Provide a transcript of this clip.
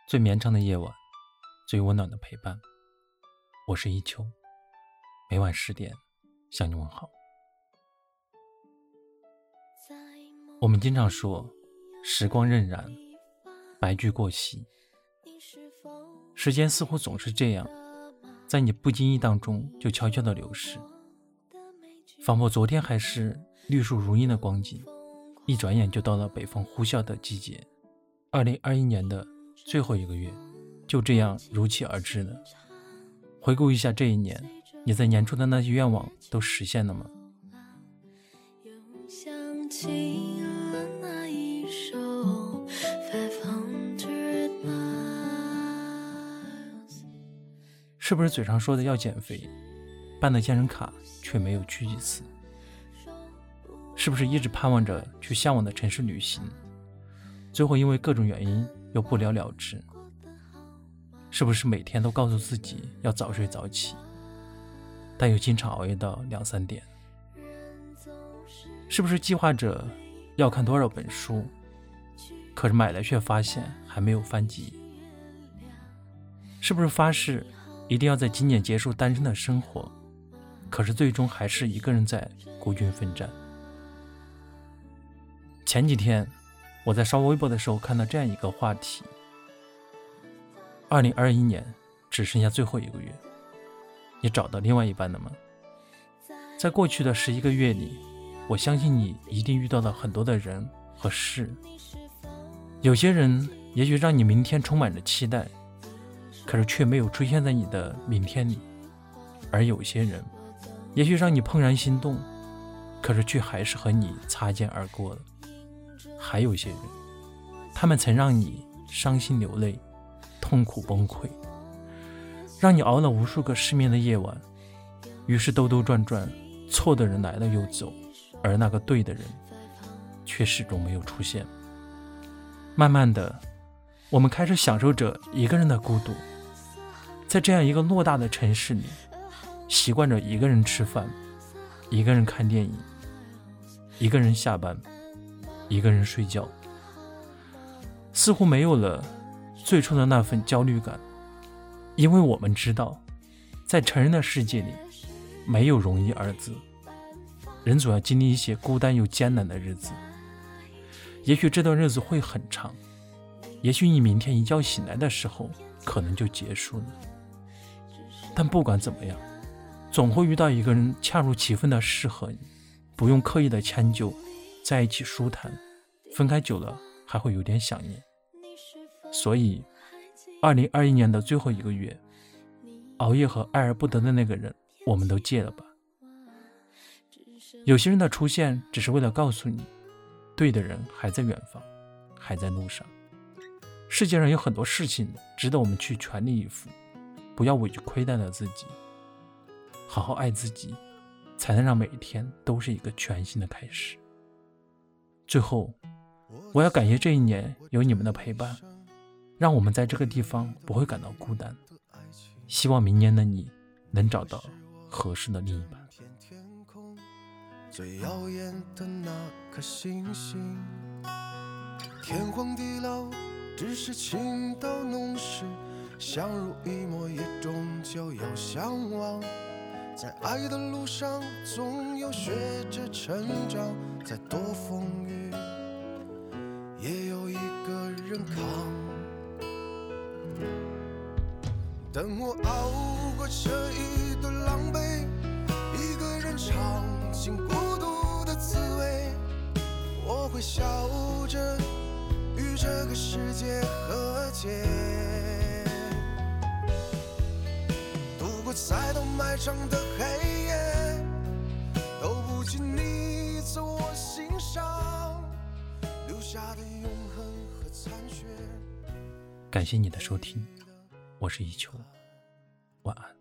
最绵长的夜晚，最温暖的陪伴。我是一秋，每晚10点向你问好。我们经常说时光荏苒，白驹过隙，时间似乎总是这样，在你不经意当中就悄悄地流逝，仿佛昨天还是绿树如茵的光景，一转眼就到了北风呼啸的季节。2021年的最后一个月就这样如期而至了。回顾一下这一年，你在年初的那些愿望都实现了吗？是不是嘴上说的要减肥，办的健身卡却没有去几次？是不是一直盼望着去向往的城市旅行，最后因为各种原因又不了了之？是不是每天都告诉自己要早睡早起，但又经常熬夜到2、3点？是不是计划着要看多少本书，可是买来却发现还没有翻几页？是不是发誓一定要在今年结束单身的生活，可是最终还是一个人在孤军奋战？前几天我在刷微博的时候看到这样一个话题：2021年只剩下最后1个月，你找到另外一半了吗？在过去的11个月里，我相信你一定遇到了很多的人和事。有些人也许让你明天充满着期待，可是却没有出现在你的明天里；而有些人也许让你怦然心动，可是却还是和你擦肩而过了。还有些人，他们曾让你伤心流泪，痛苦崩溃，让你熬了无数个失眠的夜晚，于是兜兜转转，错的人来了又走，而那个对的人却始终没有出现。慢慢的，我们开始享受着一个人的孤独，在这样一个偌大的城市里，习惯着一个人吃饭，一个人看电影，一个人下班，一个人睡觉，似乎没有了最初的那份焦虑感。因为我们知道，在成人的世界里没有容易二字，人总要经历一些孤单又艰难的日子。也许这段日子会很长，也许你明天一觉醒来的时候可能就结束了，但不管怎么样，总会遇到一个人恰如其分的适合你，不用刻意的迁就，在一起舒坦，分开久了还会有点想念。所以2021年的最后1个月，熬夜和爱而不得的那个人我们都戒了吧。有些人的出现只是为了告诉你，对的人还在远方，还在路上。世界上有很多事情值得我们去全力以赴，不要委屈亏待了自己，好好爱自己，才能让每一天都是一个全新的开始。最后，我要感谢这一年有你们的陪伴，让我们在这个地方不会感到孤单。希望明年的你能找到合适的另一半。 最耀眼的那颗星星，天荒地老，只是情到浓时，相濡以沫也终究要相忘。在爱的路上，总有学着成长，再多风雨也有一个人扛。等我熬过这一段狼狈，一个人尝尽孤独的滋味，我会笑着与这个世界和解，度过再多漫长的黑夜，都不及你在我心上留下的永恒和残缺。 感谢你的收听，我是一秋，晚安。